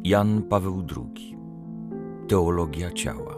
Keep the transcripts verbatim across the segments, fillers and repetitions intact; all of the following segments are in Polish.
Jan Paweł drugi. Teologia ciała.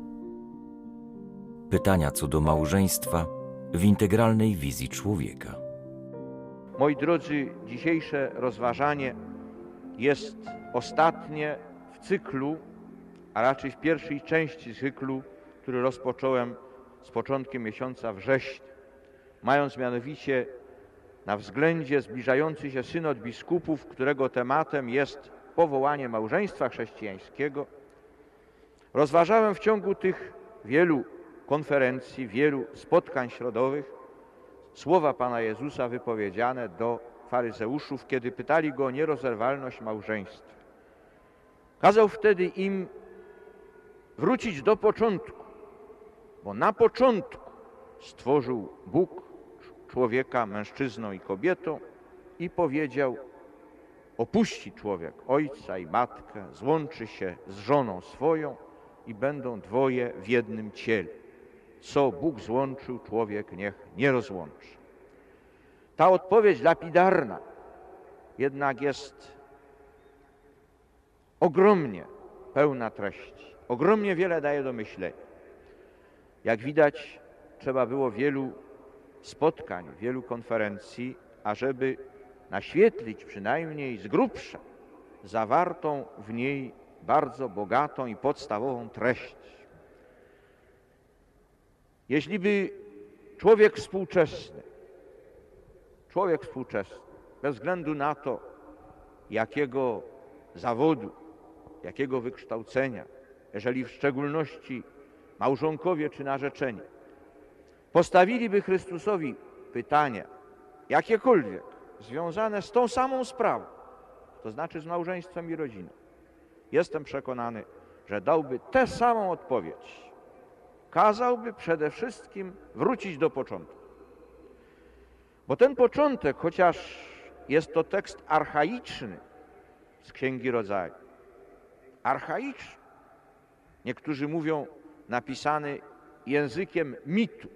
Pytania co do małżeństwa w integralnej wizji człowieka. Moi drodzy, dzisiejsze rozważanie jest ostatnie w cyklu, a raczej w pierwszej części cyklu, który rozpocząłem z początkiem miesiąca września, mając mianowicie na względzie zbliżający się synod biskupów, którego tematem jest powołanie małżeństwa chrześcijańskiego. Rozważałem w ciągu tych wielu konferencji, wielu spotkań środowych słowa Pana Jezusa wypowiedziane do faryzeuszów, kiedy pytali Go o nierozerwalność małżeństwa. Kazał wtedy im wrócić do początku, bo na początku stworzył Bóg człowieka mężczyzną i kobietą i powiedział: opuści człowiek ojca i matkę, złączy się z żoną swoją i będą dwoje w jednym ciele. Co Bóg złączył, człowiek niech nie rozłączy. Ta odpowiedź lapidarna jednak jest ogromnie pełna treści, ogromnie wiele daje do myślenia. Jak widać, trzeba było wielu spotkań, wielu konferencji, ażeby naświetlić przynajmniej z grubsza zawartą w niej bardzo bogatą i podstawową treść. Jeśliby człowiek współczesny, człowiek współczesny, bez względu na to, jakiego zawodu, jakiego wykształcenia, jeżeli w szczególności małżonkowie czy narzeczeni, postawiliby Chrystusowi pytania, jakiekolwiek, związane z tą samą sprawą, to znaczy z małżeństwem i rodziną, jestem przekonany, że dałby tę samą odpowiedź. Kazałby przede wszystkim wrócić do początku. Bo ten początek, chociaż jest to tekst archaiczny z Księgi Rodzaju, archaiczny, niektórzy mówią napisany językiem mitu,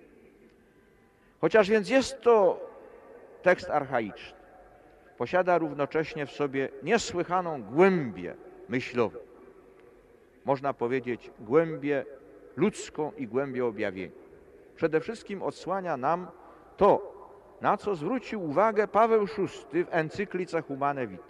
chociaż więc jest to tekst archaiczny, posiada równocześnie w sobie niesłychaną głębię myślową. Można powiedzieć głębię ludzką i głębię objawienia. Przede wszystkim odsłania nam to, na co zwrócił uwagę Paweł szósty w encyklice Humane Vitae,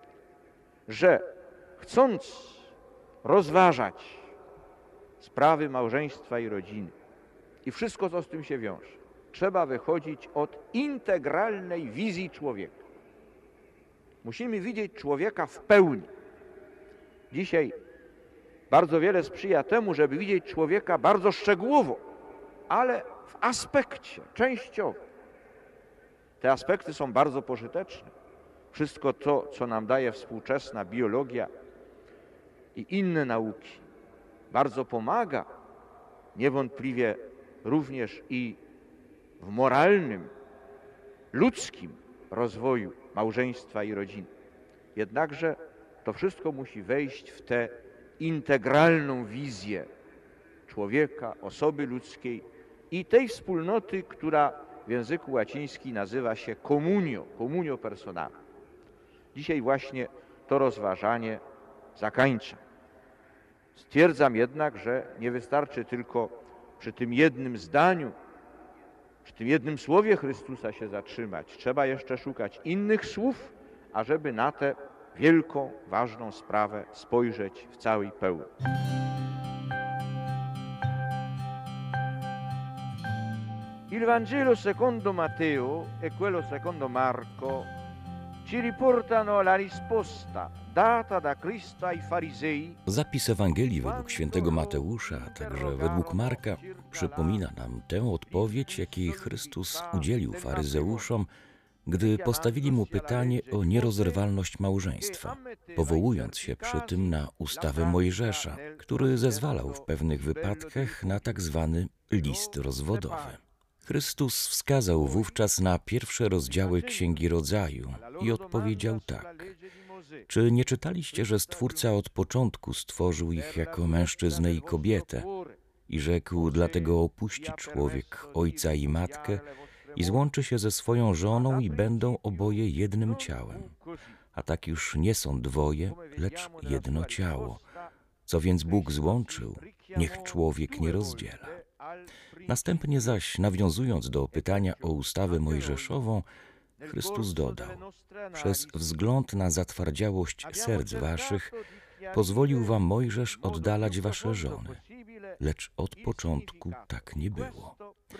że chcąc rozważać sprawy małżeństwa i rodziny i wszystko, co z tym się wiąże, trzeba wychodzić od integralnej wizji człowieka. Musimy widzieć człowieka w pełni. Dzisiaj bardzo wiele sprzyja temu, żeby widzieć człowieka bardzo szczegółowo, ale w aspekcie częściowym. Te aspekty są bardzo pożyteczne. Wszystko to, co nam daje współczesna biologia i inne nauki, bardzo pomaga niewątpliwie również i w moralnym, ludzkim rozwoju małżeństwa i rodziny. Jednakże to wszystko musi wejść w tę integralną wizję człowieka, osoby ludzkiej i tej wspólnoty, która w języku łacińskim nazywa się communio, communio personale. Dzisiaj właśnie to rozważanie zakończę. Stwierdzam jednak, że nie wystarczy tylko przy tym jednym zdaniu, przy tym jednym słowie Chrystusa się zatrzymać. Trzeba jeszcze szukać innych słów, ażeby na tę wielką, ważną sprawę spojrzeć w całej pełni. Il Vangelo secondo Matteo e quello secondo Marco ci riportano la risposta data da Cristo ai farisei. Zapis Ewangelii według świętego Mateusza, a także według Marka przypomina nam tę odpowiedź, jakiej Chrystus udzielił faryzeuszom, gdy postawili mu pytanie o nierozerwalność małżeństwa, powołując się przy tym na ustawę Mojżesza, który zezwalał w pewnych wypadkach na tak zwany list rozwodowy. Chrystus wskazał wówczas na pierwsze rozdziały Księgi Rodzaju i odpowiedział tak: czy nie czytaliście, że Stwórca od początku stworzył ich jako mężczyznę i kobietę i rzekł, dlatego opuści człowiek ojca i matkę i złączy się ze swoją żoną i będą oboje jednym ciałem. A tak już nie są dwoje, lecz jedno ciało. Co więc Bóg złączył, niech człowiek nie rozdziela. Następnie zaś, nawiązując do pytania o ustawę mojżeszową, Chrystus dodał: przez wzgląd na zatwardziałość serc waszych pozwolił wam Mojżesz oddalać wasze żony, lecz od początku tak nie było.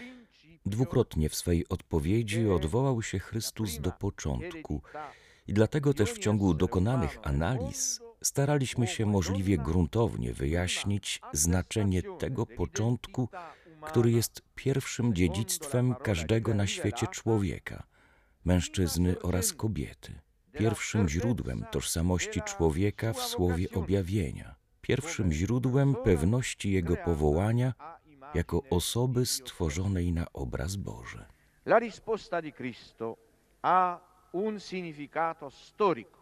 Dwukrotnie w swej odpowiedzi odwołał się Chrystus do początku i dlatego też w ciągu dokonanych analiz staraliśmy się możliwie gruntownie wyjaśnić znaczenie tego początku, który jest pierwszym dziedzictwem każdego na świecie człowieka, mężczyzny oraz kobiety, pierwszym źródłem tożsamości człowieka w słowie objawienia, pierwszym źródłem pewności jego powołania jako osoby stworzonej na obraz Boży. La risposta di Cristo ha un significato storico,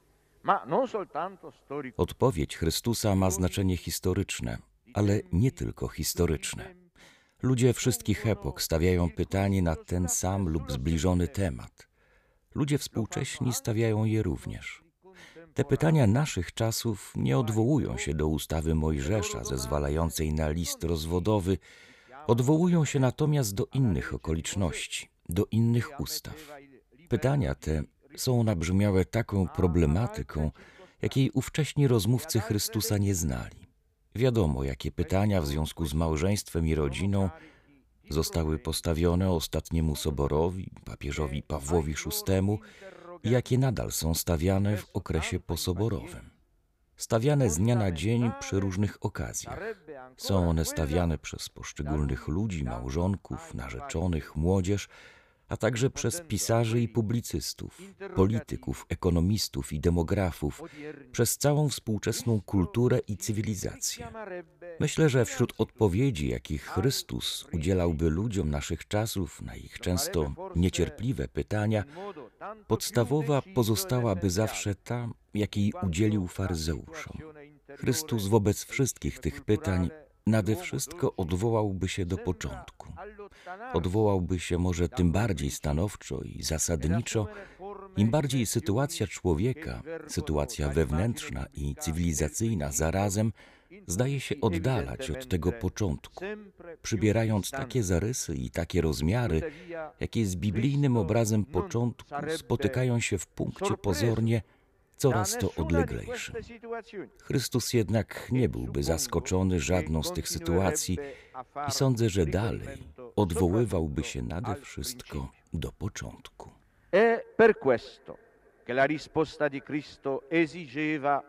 ma non soltanto storico. Odpowiedź Chrystusa ma znaczenie historyczne, ale nie tylko historyczne. Ludzie wszystkich epok stawiają pytanie na ten sam lub zbliżony temat. Ludzie współcześni stawiają je również. Te pytania naszych czasów nie odwołują się do ustawy Mojżesza zezwalającej na list rozwodowy, odwołują się natomiast do innych okoliczności, do innych ustaw. Pytania te są nabrzmiałe taką problematyką, jakiej ówcześni rozmówcy Chrystusa nie znali. Wiadomo, jakie pytania w związku z małżeństwem i rodziną zostały postawione ostatniemu soborowi, papieżowi Pawłowi szóstemu, i jakie nadal są stawiane w okresie posoborowym. Stawiane z dnia na dzień przy różnych okazjach. Są one stawiane przez poszczególnych ludzi, małżonków, narzeczonych, młodzież, a także przez pisarzy i publicystów, polityków, ekonomistów i demografów, przez całą współczesną kulturę i cywilizację. Myślę, że wśród odpowiedzi, jakich Chrystus udzielałby ludziom naszych czasów na ich często niecierpliwe pytania, podstawowa pozostałaby zawsze ta, jakiej udzielił faryzeuszom. Chrystus wobec wszystkich tych pytań nade wszystko odwołałby się do początku. Odwołałby się może tym bardziej stanowczo i zasadniczo, im bardziej sytuacja człowieka, sytuacja wewnętrzna i cywilizacyjna zarazem zdaje się oddalać od tego początku, przybierając takie zarysy i takie rozmiary, jakie z biblijnym obrazem początku spotykają się w punkcie pozornie coraz to odleglejszym. Chrystus jednak nie byłby zaskoczony żadną z tych sytuacji i sądzę, że dalej odwoływałby się nade wszystko do początku. È per questo che la risposta di Cristo esigeva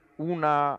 una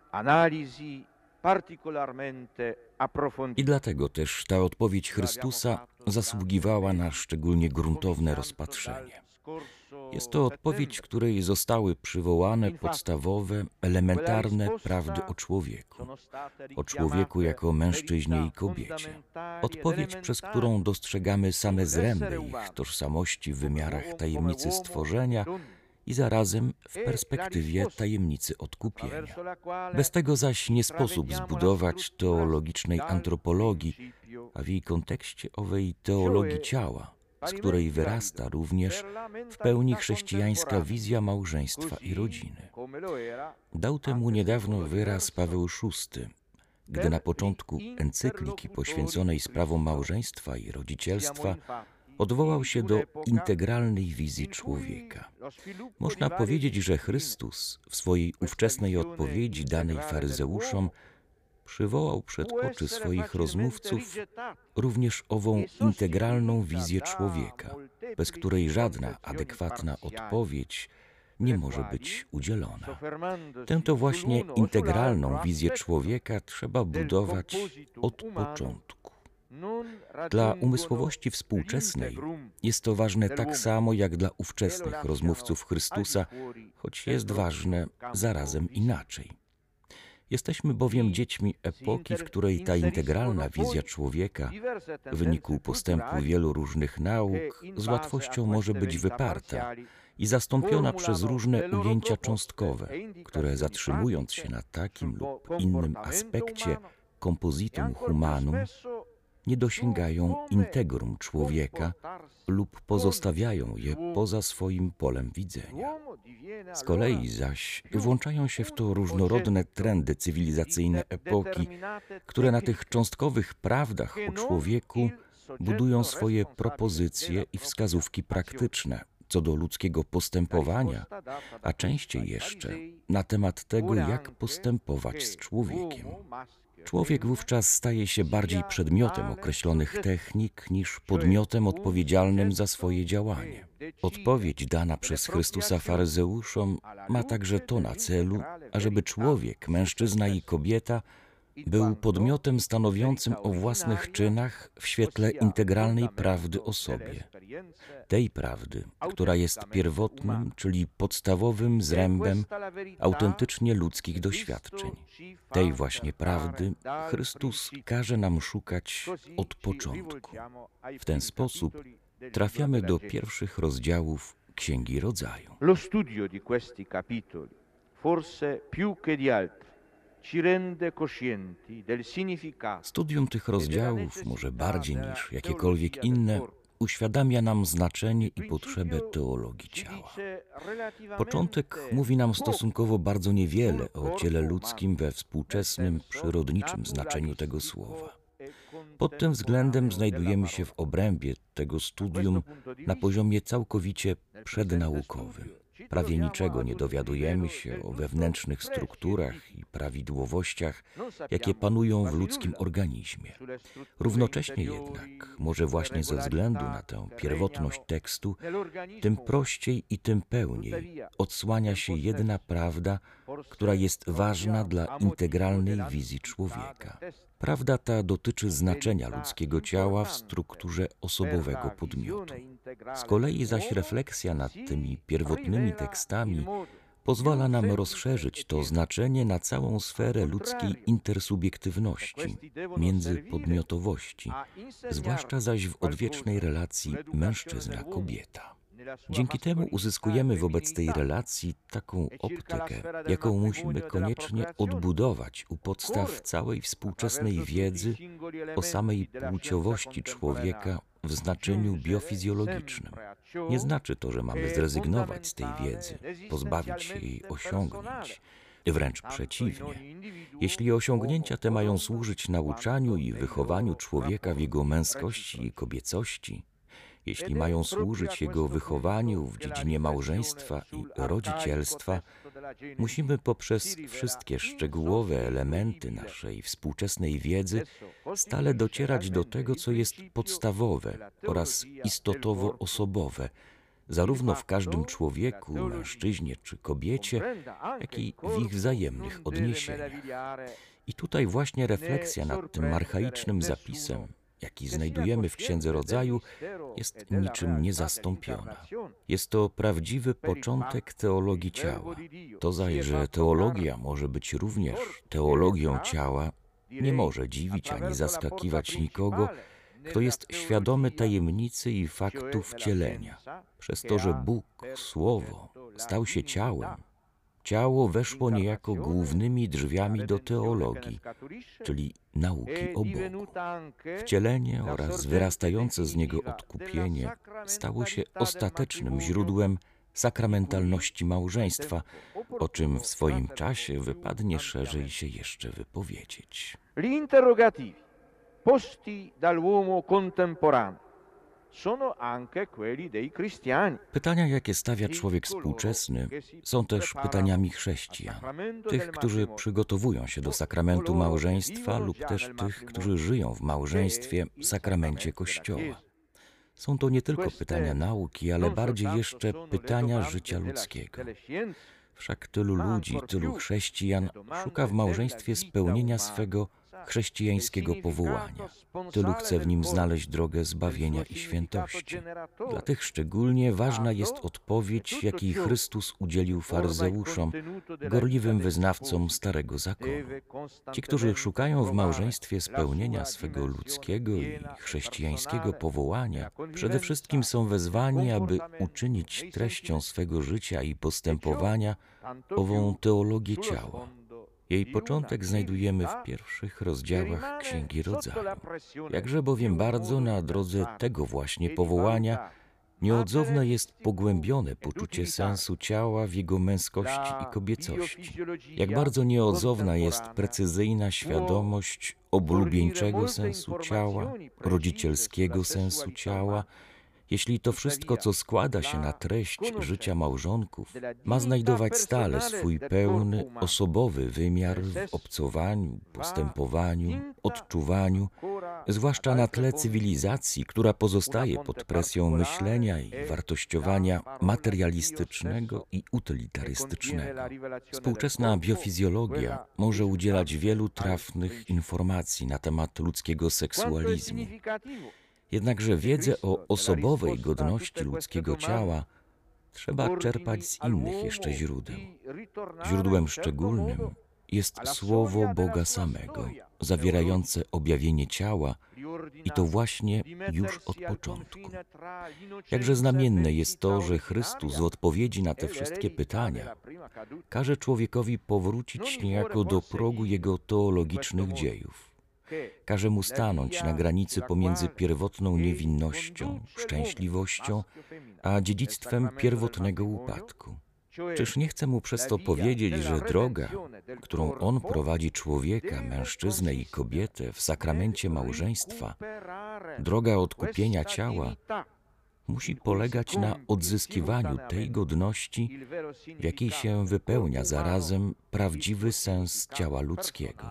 analisi particolarmente approfondita. I dlatego też ta odpowiedź Chrystusa zasługiwała na szczególnie gruntowne rozpatrzenie. Jest to odpowiedź, której zostały przywołane podstawowe, elementarne prawdy o człowieku, o człowieku jako mężczyźnie i kobiecie. Odpowiedź, przez którą dostrzegamy same zręby ich tożsamości w wymiarach tajemnicy stworzenia i zarazem w perspektywie tajemnicy odkupienia. Bez tego zaś nie sposób zbudować teologicznej antropologii, a w jej kontekście owej teologii ciała, z której wyrasta również w pełni chrześcijańska wizja małżeństwa i rodziny. Dał temu niedawno wyraz Paweł szósty, gdy na początku encykliki poświęconej sprawom małżeństwa i rodzicielstwa odwołał się do integralnej wizji człowieka. Można powiedzieć, że Chrystus w swojej ówczesnej odpowiedzi danej faryzeuszom przywołał przed oczy swoich rozmówców również ową integralną wizję człowieka, bez której żadna adekwatna odpowiedź nie może być udzielona. Tę to właśnie integralną wizję człowieka trzeba budować od początku. Dla umysłowości współczesnej jest to ważne tak samo jak dla ówczesnych rozmówców Chrystusa, choć jest ważne zarazem inaczej. Jesteśmy bowiem dziećmi epoki, w której ta integralna wizja człowieka w wyniku postępu wielu różnych nauk z łatwością może być wyparta i zastąpiona przez różne ujęcia cząstkowe, które zatrzymując się na takim lub innym aspekcie compositum humanum, nie dosięgają integrum człowieka lub pozostawiają je poza swoim polem widzenia. Z kolei zaś włączają się w to różnorodne trendy cywilizacyjne epoki, które na tych cząstkowych prawdach o człowieku budują swoje propozycje i wskazówki praktyczne co do ludzkiego postępowania, a częściej jeszcze na temat tego, jak postępować z człowiekiem. Człowiek wówczas staje się bardziej przedmiotem określonych technik niż podmiotem odpowiedzialnym za swoje działanie. Odpowiedź dana przez Chrystusa faryzeuszom ma także to na celu, ażeby człowiek, mężczyzna i kobieta był podmiotem stanowiącym o własnych czynach w świetle integralnej prawdy o sobie. Tej prawdy, która jest pierwotnym, czyli podstawowym zrębem autentycznie ludzkich doświadczeń. Tej właśnie prawdy Chrystus każe nam szukać od początku. W ten sposób trafiamy do pierwszych rozdziałów Księgi Rodzaju. Lo studio di questi capitoli, forse più che di altri, ci rende coscienti del significato. Studium tych rozdziałów, może bardziej niż jakiekolwiek inne, uświadamia nam znaczenie i potrzebę teologii ciała. Początek mówi nam stosunkowo bardzo niewiele o ciele ludzkim we współczesnym, przyrodniczym znaczeniu tego słowa. Pod tym względem znajdujemy się w obrębie tego studium na poziomie całkowicie przednaukowym. Prawie niczego nie dowiadujemy się o wewnętrznych strukturach i prawidłowościach, jakie panują w ludzkim organizmie. Równocześnie jednak, może właśnie ze względu na tę pierwotność tekstu, tym prościej i tym pełniej odsłania się jedna prawda, która jest ważna dla integralnej wizji człowieka. Prawda ta dotyczy znaczenia ludzkiego ciała w strukturze osobowego podmiotu. Z kolei zaś refleksja nad tymi pierwotnymi tekstami pozwala nam rozszerzyć to znaczenie na całą sferę ludzkiej intersubiektywności, międzypodmiotowości, zwłaszcza zaś w odwiecznej relacji mężczyzna-kobieta. Dzięki temu uzyskujemy wobec tej relacji taką optykę, jaką musimy koniecznie odbudować u podstaw całej współczesnej wiedzy o samej płciowości człowieka w znaczeniu biofizjologicznym. Nie znaczy to, że mamy zrezygnować z tej wiedzy, pozbawić się jej osiągnięć. Wręcz przeciwnie. Jeśli osiągnięcia te mają służyć nauczaniu i wychowaniu człowieka w jego męskości i kobiecości, jeśli mają służyć jego wychowaniu w dziedzinie małżeństwa i rodzicielstwa, musimy poprzez wszystkie szczegółowe elementy naszej współczesnej wiedzy stale docierać do tego, co jest podstawowe oraz istotowo-osobowe, zarówno w każdym człowieku, mężczyźnie czy kobiecie, jak i w ich wzajemnych odniesieniach. I tutaj właśnie refleksja nad tym archaicznym zapisem, jaki znajdujemy w Księdze Rodzaju, jest niczym niezastąpiona. Jest to prawdziwy początek teologii ciała. To zaś, że teologia może być również teologią ciała, nie może dziwić ani zaskakiwać nikogo, kto jest świadomy tajemnicy i faktu wcielenia. Przez to, że Bóg, Słowo, stał się ciałem, ciało weszło niejako głównymi drzwiami do teologii, czyli nauki o Bogu. Wcielenie oraz wyrastające z niego odkupienie stało się ostatecznym źródłem sakramentalności małżeństwa, o czym w swoim czasie wypadnie szerzej się jeszcze wypowiedzieć. Gli interrogativi posti dall'uomo contemporaneo sono anche quelli dei cristiani. Pytania, jakie stawia człowiek współczesny, są też pytaniami chrześcijan, tych, którzy przygotowują się do sakramentu małżeństwa lub też tych, którzy żyją w małżeństwie w sakramencie Kościoła. Są to nie tylko pytania nauki, ale bardziej jeszcze pytania życia ludzkiego. Wszak tylu ludzi, tylu chrześcijan szuka w małżeństwie spełnienia swego chrześcijańskiego powołania. Tylu chce w nim znaleźć drogę zbawienia i świętości. Dla tych szczególnie ważna jest odpowiedź, jakiej Chrystus udzielił faryzeuszom, gorliwym wyznawcom Starego Zakonu. Ci, którzy szukają w małżeństwie spełnienia swego ludzkiego i chrześcijańskiego powołania, przede wszystkim są wezwani, aby uczynić treścią swego życia i postępowania ową teologię ciała. Jej początek znajdujemy w pierwszych rozdziałach Księgi Rodzaju. Jakże bowiem bardzo na drodze tego właśnie powołania nieodzowne jest pogłębione poczucie sensu ciała w jego męskości i kobiecości. Jak bardzo nieodzowna jest precyzyjna świadomość oblubieńczego sensu ciała, rodzicielskiego sensu ciała, jeśli to wszystko, co składa się na treść życia małżonków, ma znajdować stale swój pełny, osobowy wymiar w obcowaniu, postępowaniu, odczuwaniu, zwłaszcza na tle cywilizacji, która pozostaje pod presją myślenia i wartościowania materialistycznego i utylitarystycznego. Współczesna biofizjologia może udzielać wielu trafnych informacji na temat ludzkiego seksualizmu. Jednakże wiedzę o osobowej godności ludzkiego ciała trzeba czerpać z innych jeszcze źródeł. Źródłem szczególnym jest Słowo Boga samego, zawierające objawienie ciała i to właśnie już od początku. Jakże znamienne jest to, że Chrystus w odpowiedzi na te wszystkie pytania każe człowiekowi powrócić niejako do progu jego teologicznych dziejów. Każe mu stanąć na granicy pomiędzy pierwotną niewinnością, szczęśliwością, a dziedzictwem pierwotnego upadku. Czyż nie chce mu przez to powiedzieć, że droga, którą on prowadzi człowieka, mężczyznę i kobietę w sakramencie małżeństwa, droga odkupienia ciała, musi polegać na odzyskiwaniu tej godności, w jakiej się wypełnia zarazem prawdziwy sens ciała ludzkiego,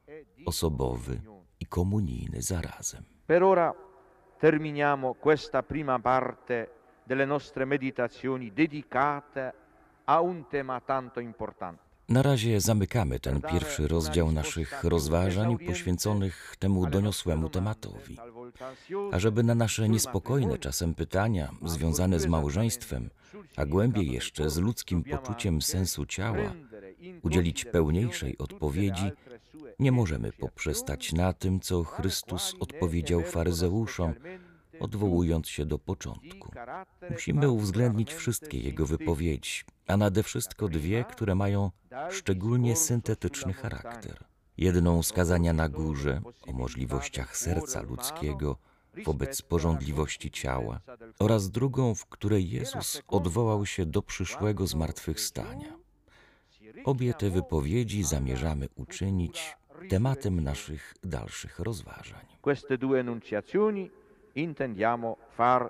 osobowy i komunijny zarazem. Per ora terminiamo questa prima parte delle nostre meditazioni dedicate a un tema tanto importante. Na razie zamykamy ten pierwszy rozdział naszych rozważań poświęconych temu doniosłemu tematowi. A żeby na nasze niespokojne czasem pytania związane z małżeństwem, a głębiej jeszcze z ludzkim poczuciem sensu ciała, udzielić pełniejszej odpowiedzi, nie możemy poprzestać na tym, co Chrystus odpowiedział faryzeuszom, odwołując się do początku. Musimy uwzględnić wszystkie Jego wypowiedzi, a nade wszystko dwie, które mają szczególnie syntetyczny charakter. Jedną z kazania na górze o możliwościach serca ludzkiego wobec pożądliwości ciała oraz drugą, w której Jezus odwołał się do przyszłego zmartwychwstania. Obie te wypowiedzi zamierzamy uczynić tematem naszych dalszych rozważań. Queste due enunciazioni intendiamo far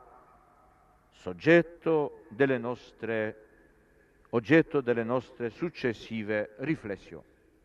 soggetto delle nostre oggetto delle nostre successive riflessioni.